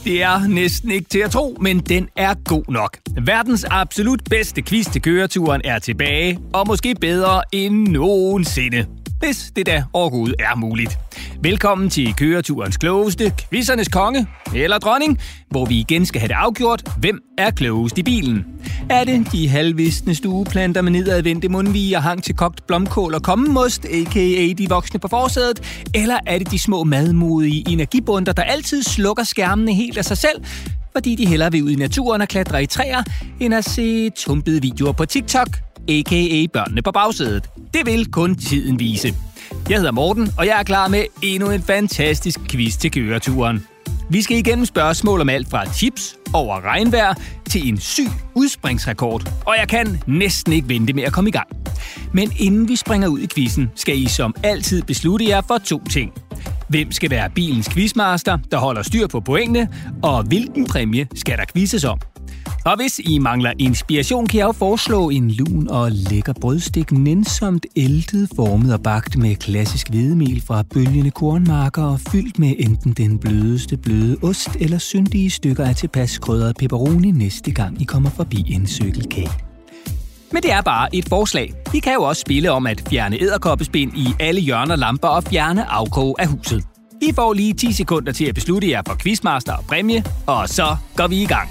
Det er næsten ikke til at tro, men den er god nok. Verdens absolut bedste quiz til køreturen er tilbage, og måske bedre end nogensinde. Hvis det da overhovedet er muligt. Velkommen til køreturens klogeste, quizernes konge eller dronning, hvor vi igen skal have det afgjort, hvem er klogest i bilen. Er det de halvvisne stueplanter med nedadvendte mundvige og hang til kogt blomkål og kommemost, a.k.a. de voksne på forsædet, eller er det de små madmodige energibunder, der altid slukker skærmene helt af sig selv, fordi de hellere vil ud i naturen og klatre i træer, end at se tumpede videoer på TikTok, a.k.a. børnene på bagsædet. Det vil kun tiden vise. Jeg hedder Morten, og jeg er klar med endnu en fantastisk quiz til køreturen. Vi skal igennem spørgsmål om alt fra chips over regnvejr til en syg udspringsrekord, og jeg kan næsten ikke vente med at komme i gang. Men inden vi springer ud i quizzen, skal I som altid beslutte jer for 2 ting. Hvem skal være bilens quizmaster, der holder styr på pointene, og hvilken præmie skal der quizzes om? Og hvis I mangler inspiration, kan jeg jo foreslå en lun og lækker brødstik, nænsomt æltet, formet og bagt med klassisk hvedemel fra bølgende kornmarker og fyldt med enten den blødeste bløde ost eller syndige stykker af tilpas krydret pepperoni næste gang I kommer forbi en cykelkage. Men det er bare et forslag. Vi kan jo også spille om at fjerne edderkoppespind i alle hjørner lamper og fjerne afkog af huset. I får lige 10 sekunder til at beslutte jer for quizmaster og præmie, og så går vi i gang.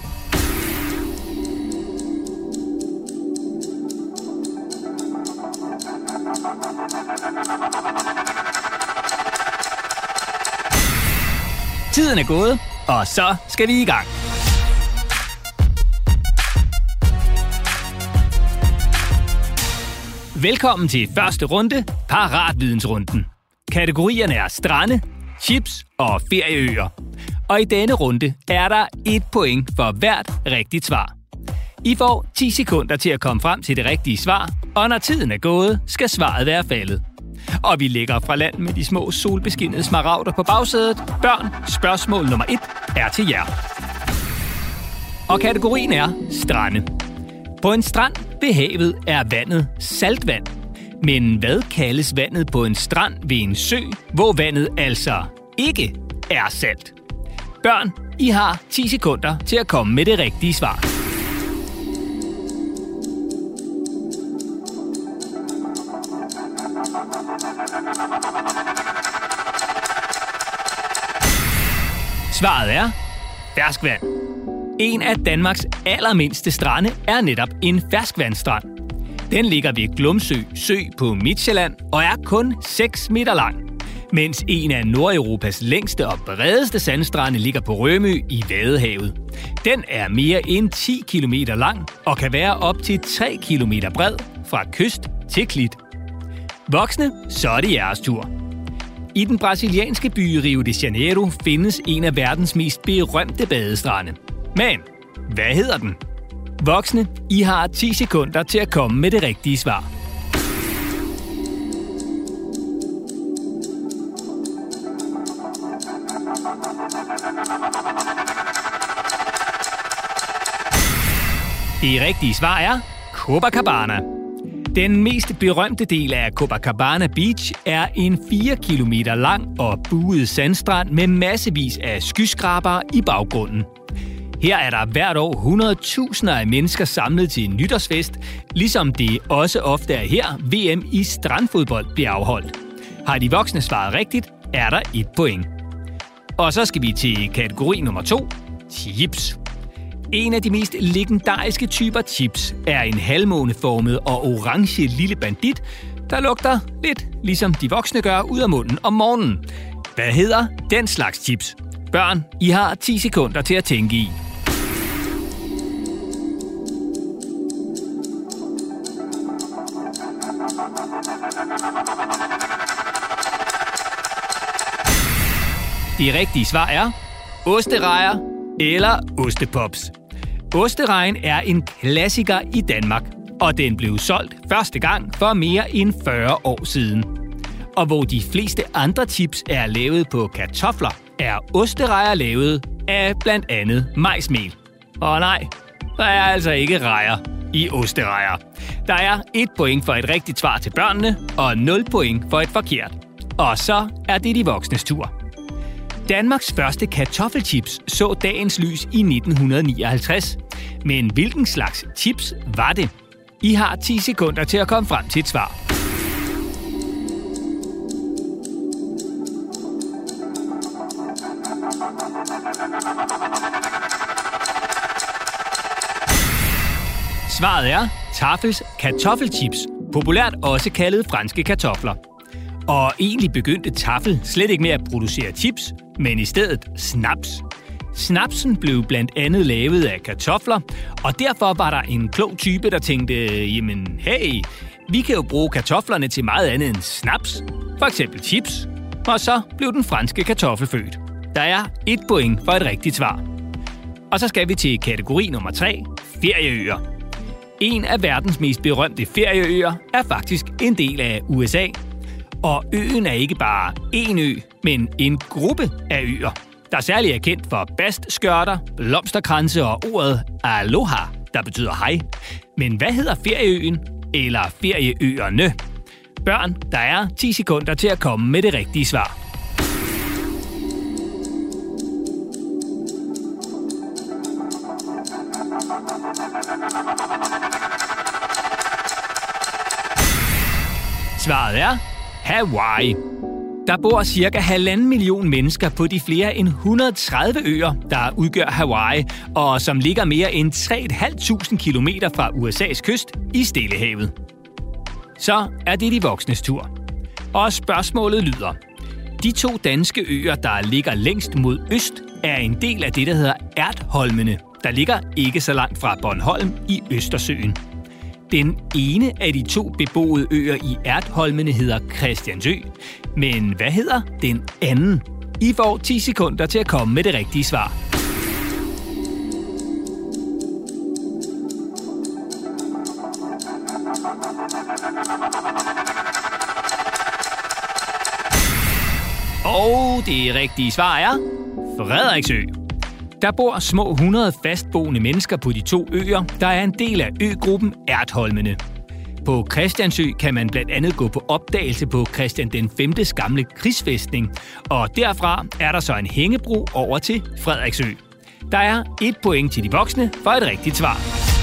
Tiden er gået, og så skal vi i gang. Velkommen til første runde, Paratvidensrunden. Kategorierne er strande, chips og ferieøer. Og i denne runde er der 1 point for hvert rigtigt svar. I får 10 sekunder til at komme frem til det rigtige svar, og når tiden er gået, skal svaret være faldet. Og vi lægger fra land med de små solbeskinnede smaragder på bagsædet. Børn, spørgsmål nummer 1 er til jer. Og kategorien er strande. På en strand ved havet er vandet saltvand. Men hvad kaldes vandet på en strand ved en sø, hvor vandet altså ikke er salt? Børn, I har 10 sekunder til at komme med det rigtige svar. Svaret er ferskvand. En af Danmarks allermindste strande er netop en ferskvandsstrand. Den ligger ved Glumsø Sø på Midtsjælland og er kun 6 meter lang. Mens en af Nordeuropas længste og bredeste sandstrande ligger på Rømø i Vadehavet. Den er mere end 10 km lang og kan være op til 3 km bred fra kyst til klit. Voksne, så er det jeres tur. I den brasilianske by Rio de Janeiro findes en af verdens mest berømte badestrande. Men hvad hedder den? Voksne, I har 10 sekunder til at komme med det rigtige svar. Det rigtige svar er Copacabana. Den mest berømte del af Copacabana Beach er en 4 km lang og buet sandstrand med massevis af skyskrabere i baggrunden. Her er der hvert år 100.000 af mennesker samlet til en nytårsfest, ligesom det også ofte er her VM i strandfodbold bliver afholdt. Har de voksne svaret rigtigt, er der 1 point. Og så skal vi til kategori nummer 2, chips. En af de mest legendariske typer chips er en halvmåneformet og orange lille bandit, der lugter lidt ligesom de voksne gør ud af munden om morgenen. Hvad hedder den slags chips? Børn, I har 10 sekunder til at tænke i. Det rigtige svar er osterejer eller ostepops. Osterejen er en klassiker i Danmark, og den blev solgt første gang for mere end 40 år siden. Og hvor de fleste andre chips er lavet på kartofler, er osterejer lavet af blandt andet majsmel. Og nej, der er altså ikke rejer i osterejer. Der er 1 point for et rigtigt svar til børnene, og 0 point for et forkert. Og så er det de voksnes tur. Danmarks første kartoffelchips så dagens lys i 1959. Men hvilken slags chips var det? I har 10 sekunder til at komme frem til et svar. Svaret er Tafels kartoffelchips, populært også kaldet franske kartofler. Og egentlig begyndte Tafel slet ikke med at producere chips, men i stedet snaps. Snapsen blev blandt andet lavet af kartofler, og derfor var der en klog type, der tænkte, jamen hey, vi kan jo bruge kartoflerne til meget andet end snaps, for eksempel chips. Og så blev den franske kartoffel født. Der er 1 point for et rigtigt svar. Og så skal vi til kategori nummer 3, ferieøer. En af verdens mest berømte ferieøer er faktisk en del af USA. Og øen er ikke bare én ø, men en gruppe af øer, der særligt er kendt for bastskørter, blomsterkranse og ordet aloha, der betyder hej. Men hvad hedder ferieøen eller ferieøerne? Børn, der er 10 sekunder til at komme med det rigtige svar. Svaret er Hawaii. Der bor ca. 1,5 million mennesker på de flere end 130 øer, der udgør Hawaii, og som ligger mere end 3.500 kilometer fra USA's kyst i Stillehavet. Så er det de voksnes tur. Og spørgsmålet lyder: de 2 danske øer, der ligger længst mod øst, er en del af det, der hedder Ertholmene, der ligger ikke så langt fra Bornholm i Østersøen. Den ene af de 2 beboede øer i Ertholmene hedder Christiansø. Men hvad hedder den anden? I får 10 sekunder til at komme med det rigtige svar. Og det rigtige svar er Frederiksø. Der bor små 100 fastboende mennesker på de 2 øer, der er en del af øgruppen Ertholmene. På Christiansø kan man blandt andet gå på opdagelse på Christian den 5. gamle krigsfæstning, og derfra er der så en hængebro over til Frederiksø. Der er 1 point til de voksne for et rigtigt svar.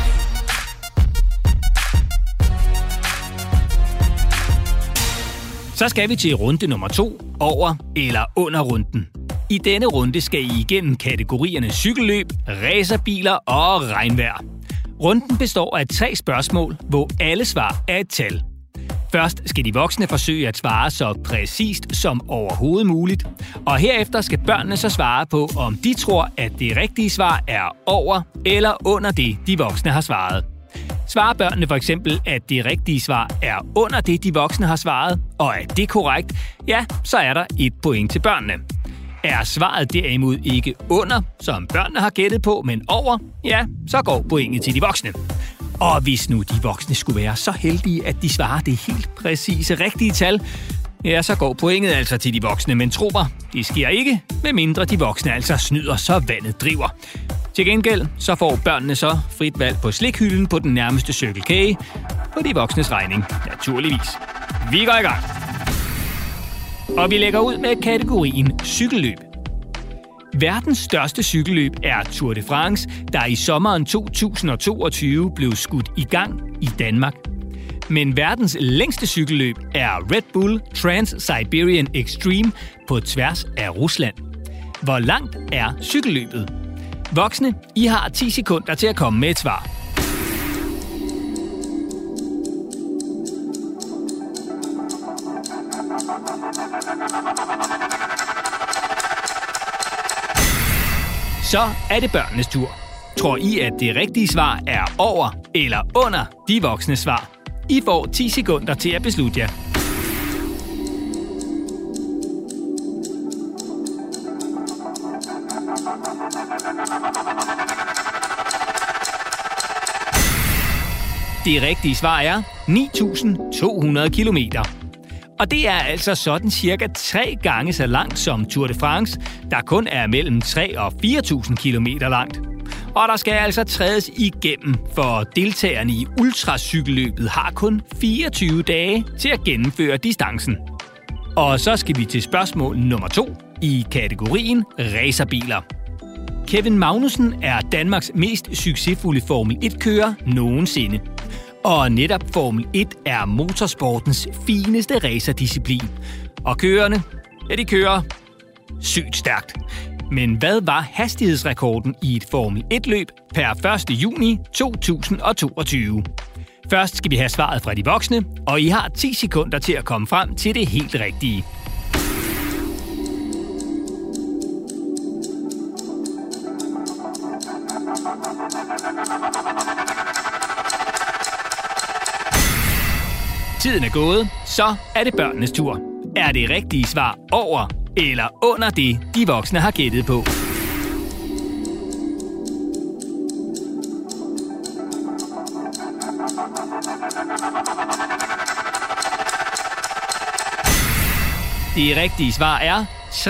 Så skal vi til runde nummer 2, over eller under runden. I denne runde skal I igennem kategorierne cykelløb, racerbiler og regnvejr. Runden består af 3 spørgsmål, hvor alle svar er et tal. Først skal de voksne forsøge at svare så præcist som overhovedet muligt. Og herefter skal børnene så svare på, om de tror, at det rigtige svar er over eller under det, de voksne har svaret. Svarer børnene for eksempel, at det rigtige svar er under det, de voksne har svaret, og er det korrekt, ja, så er der 1 point til børnene. Er svaret derimod ikke under, som børnene har gættet på, men over, ja, så går pointet til de voksne. Og hvis nu de voksne skulle være så heldige, at de svarer det helt præcise rigtige tal, ja, så går pointet altså til de voksne, men tro mig, det sker ikke, medmindre de voksne altså snyder, så vandet driver. Til gengæld så får børnene så frit valg på slikhylden på den nærmeste Circle K, på de voksnes regning, naturligvis. Vi går i gang. Og vi lægger ud med kategorien cykelløb. Verdens største cykelløb er Tour de France, der i sommeren 2022 blev skudt i gang i Danmark. Men verdens længste cykelløb er Red Bull Trans-Siberian Extreme på tværs af Rusland. Hvor langt er cykelløbet? Voksne, I har 10 sekunder til at komme med et svar. Så er det børnenes tur. Tror I, at det rigtige svar er over eller under de voksne svar? I får 10 sekunder til at beslutte jer. Det rigtige svar er 9.200 kilometer. Og det er altså sådan cirka 3 gange så langt som Tour de France, der kun er mellem 3 og 4.000 kilometer langt. Og der skal altså trædes igennem, for deltagerne i ultracykelløbet har kun 24 dage til at gennemføre distancen. Og så skal vi til spørgsmål nummer 2, i kategorien racerbiler. Kevin Magnussen er Danmarks mest succesfulde Formel 1-kører nogensinde. Og netop Formel 1 er motorsportens fineste racerdisciplin. Og kørerne, de kører sygt stærkt. Men hvad var hastighedsrekorden i et Formel 1-løb per 1. juni 2022? Først skal vi have svaret fra de voksne, og I har 10 sekunder til at komme frem til det helt rigtige. Tiden er gået, så er det børnenes tur. Er det rigtige svar over eller under det, de voksne har gættet på? Det rigtige svar er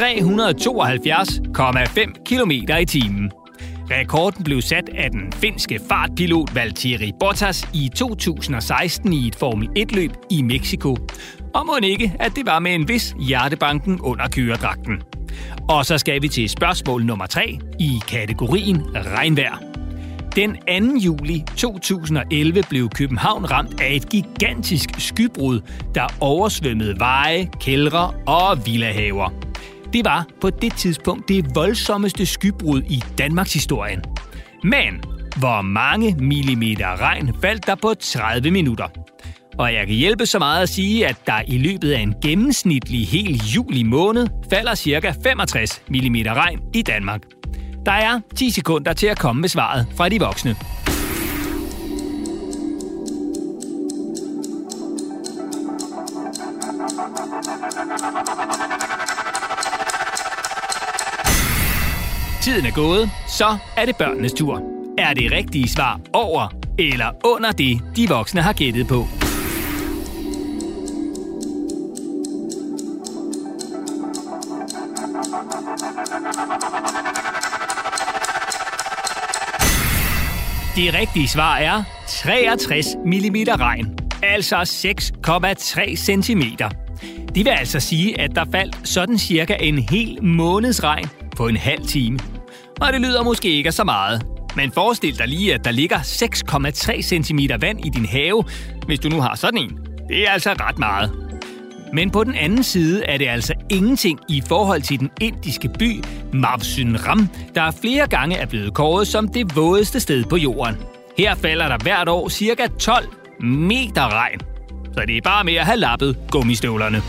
372,5 km i timen. Rekorden blev sat af den finske fartpilot Valtteri Bottas i 2016 i et Formel 1-løb i Mexico. Og mon ikke, at det var med en vis hjertebanken under køredragten. Og så skal vi til spørgsmål nummer 3 i kategorien regnvejr. Den 2. juli 2011 blev København ramt af et gigantisk skybrud, der oversvømmede veje, kældre og villahaver. Det var på det tidspunkt det voldsomste skybrud i Danmarks historie. Men hvor mange millimeter regn faldt der på 30 minutter? Og jeg kan hjælpe så meget at sige, at der i løbet af en gennemsnitlig hel juli måned falder ca. 65 mm regn i Danmark. Der er 10 sekunder til at komme med svaret fra de voksne. Tiden er gået, så er det børnenes tur. Er det rigtige svar over eller under det, de voksne har gættet på? Det rigtige svar er 63 mm regn, altså 6,3 cm. Det vil altså sige, at der faldt sådan cirka en hel måneds regn på en halv time. Og det lyder måske ikke så meget. Men forestil dig lige, at der ligger 6,3 cm vand i din have, hvis du nu har sådan en. Det er altså ret meget. Men på den anden side er det altså ingenting i forhold til den indiske by Mawsynram, der flere gange er blevet kåret som det vådeste sted på jorden. Her falder der hvert år ca. 12 meter regn. Så det er bare med at have lappet gummistøvlerne.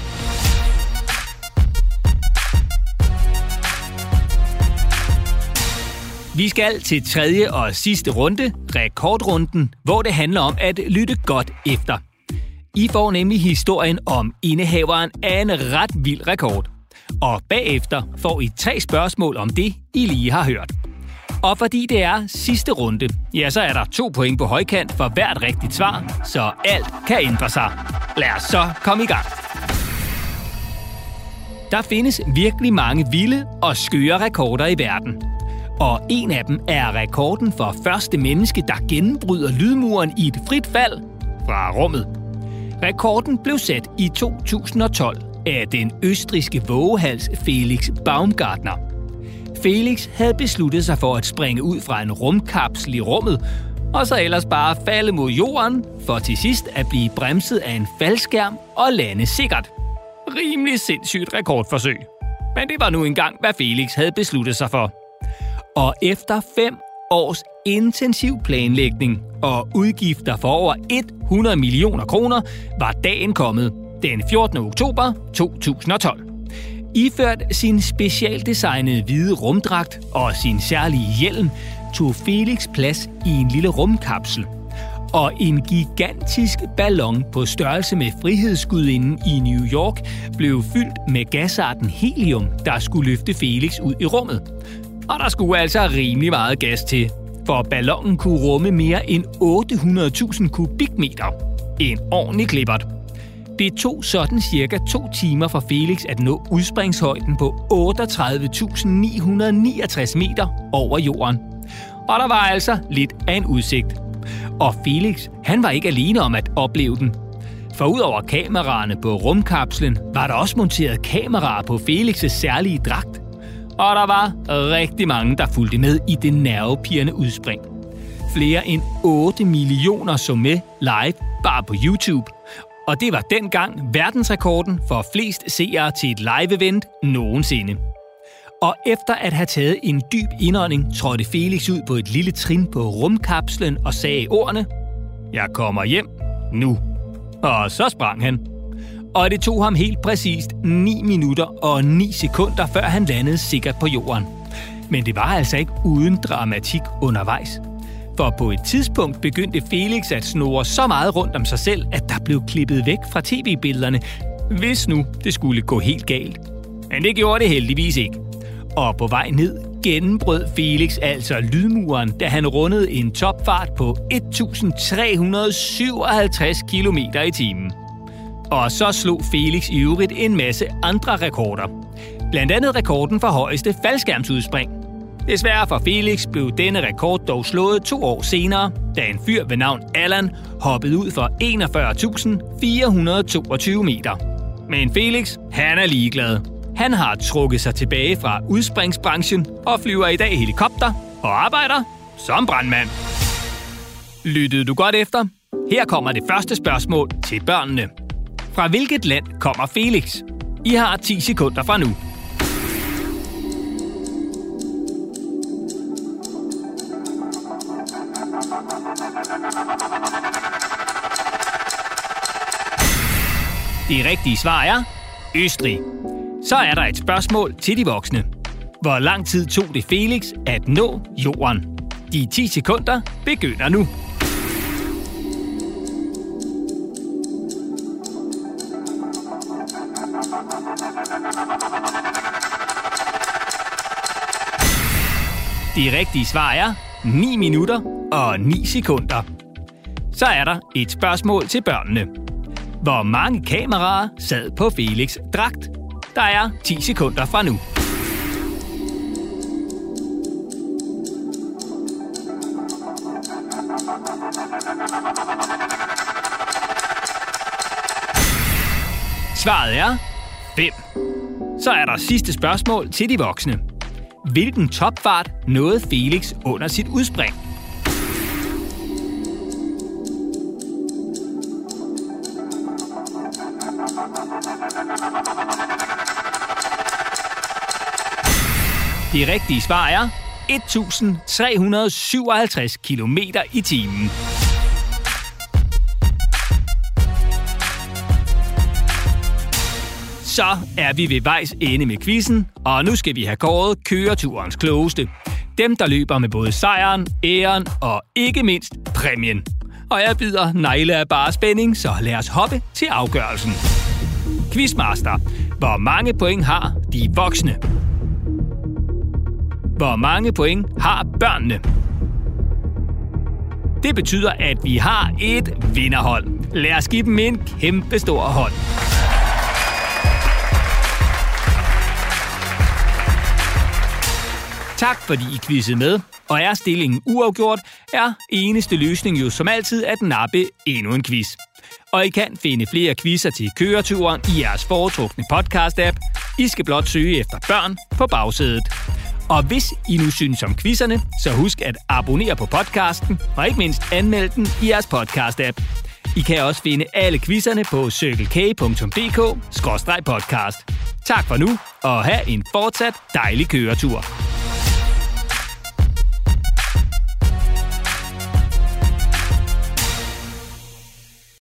Vi skal til tredje og sidste runde, rekordrunden, hvor det handler om at lytte godt efter. I får nemlig historien om indehaveren af en ret vild rekord. Og bagefter får I 3 spørgsmål om det, I lige har hørt. Og fordi det er sidste runde, ja, så er der 2 point på højkant for hvert rigtigt svar, så alt kan ændre sig. Lad os så komme i gang. Der findes virkelig mange vilde og skøre rekorder i verden. Og en af dem er rekorden for første menneske, der gennembryder lydmuren i et frit fald fra rummet. Rekorden blev sat i 2012 af den østrigske vågehals Felix Baumgartner. Felix havde besluttet sig for at springe ud fra en rumkapsel i rummet, og så ellers bare falde mod jorden, for til sidst at blive bremset af en faldskærm og lande sikkert. Rimelig sindssygt rekordforsøg. Men det var nu engang, hvad Felix havde besluttet sig for. Og efter 5 års intensiv planlægning og udgifter for over 100 millioner kroner, var dagen kommet den 14. oktober 2012. Iført sin specialdesignede hvide rumdragt og sin særlige hjelm, tog Felix plads i en lille rumkapsel. Og en gigantisk ballon på størrelse med Frihedsgudinden i New York blev fyldt med gasarten helium, der skulle løfte Felix ud i rummet. Og der skulle altså rimelig meget gas til, for ballonen kunne rumme mere end 800.000 kubikmeter. En ordentlig klippert. Det tog sådan cirka 2 timer for Felix at nå udspringshøjden på 38.969 meter over jorden. Og der var altså lidt af en udsigt. Og Felix, han var ikke alene om at opleve den. For udover kameraerne på rumkapslen, var der også monteret kameraer på Felix' særlige dragt. Og der var rigtig mange, der fulgte med i det nervepirrende udspring. Flere end 8 millioner så med live bare på YouTube. Og det var dengang verdensrekorden for flest seere til et live-event nogensinde. Og efter at have taget en dyb indånding, trådte Felix ud på et lille trin på rumkapslen og sagde ordene: "Jeg kommer hjem nu." Og så sprang han. Og det tog ham helt præcist 9 minutter og 9 sekunder, før han landede sikkert på jorden. Men det var altså ikke uden dramatik undervejs. For på et tidspunkt begyndte Felix at snurre så meget rundt om sig selv, at der blev klippet væk fra tv-billederne, hvis nu det skulle gå helt galt. Men det gjorde det heldigvis ikke. Og på vej ned gennembrød Felix altså lydmuren, da han rundede en topfart på 1357 km i timen. Og så slog Felix i øvrigt en masse andre rekorder. Blandt andet rekorden for højeste faldskærmsudspring. Desværre for Felix blev denne rekord dog slået 2 år senere, da en fyr ved navn Allan hoppede ud for 41.422 meter. Men Felix, han er ligeglad. Han har trukket sig tilbage fra udspringsbranchen og flyver i dag helikopter og arbejder som brandmand. Lyttede du godt efter? Her kommer det første spørgsmål til børnene. Fra hvilket land kommer Felix? I har 10 sekunder fra nu. Det rigtige svar er Østrig. Så er der et spørgsmål til de voksne. Hvor lang tid tog det Felix at nå jorden? De 10 sekunder begynder nu. Det rigtige svar er 9 minutter og 9 sekunder. Så er der et spørgsmål til børnene. Hvor mange kameraer sad på Felix' dragt? Der er 10 sekunder fra nu. Svaret er 5. Så er der sidste spørgsmål til de voksne. Hvilken topfart nåede Felix under sit udspring? Det rigtige svar er 1357 km i timen. Så er vi ved vejs ende med quizzen, og nu skal vi have kåret køreturens klogeste. Dem, der løber med både sejren, æren og ikke mindst præmien. Og jeg bider negle af bare spænding, så lad os hoppe til afgørelsen. Quizmaster, hvor mange point har de voksne? Hvor mange point har børnene? Det betyder, at vi har et vinderhold. Lad os give dem en kæmpe stor hånd. Tak fordi I quizzede med, og er stillingen uafgjort, er eneste løsning jo som altid at nappe endnu en quiz. Og I kan finde flere quizzer til køreturen i jeres foretrukne podcast-app. I skal blot søge efter børn på bagsædet. Og hvis I nu synes om quizzerne, så husk at abonnere på podcasten, og ikke mindst anmelde den i jeres podcast-app. I kan også finde alle quizzerne på circlek.dk/podcast. Tak for nu, og have en fortsat dejlig køretur.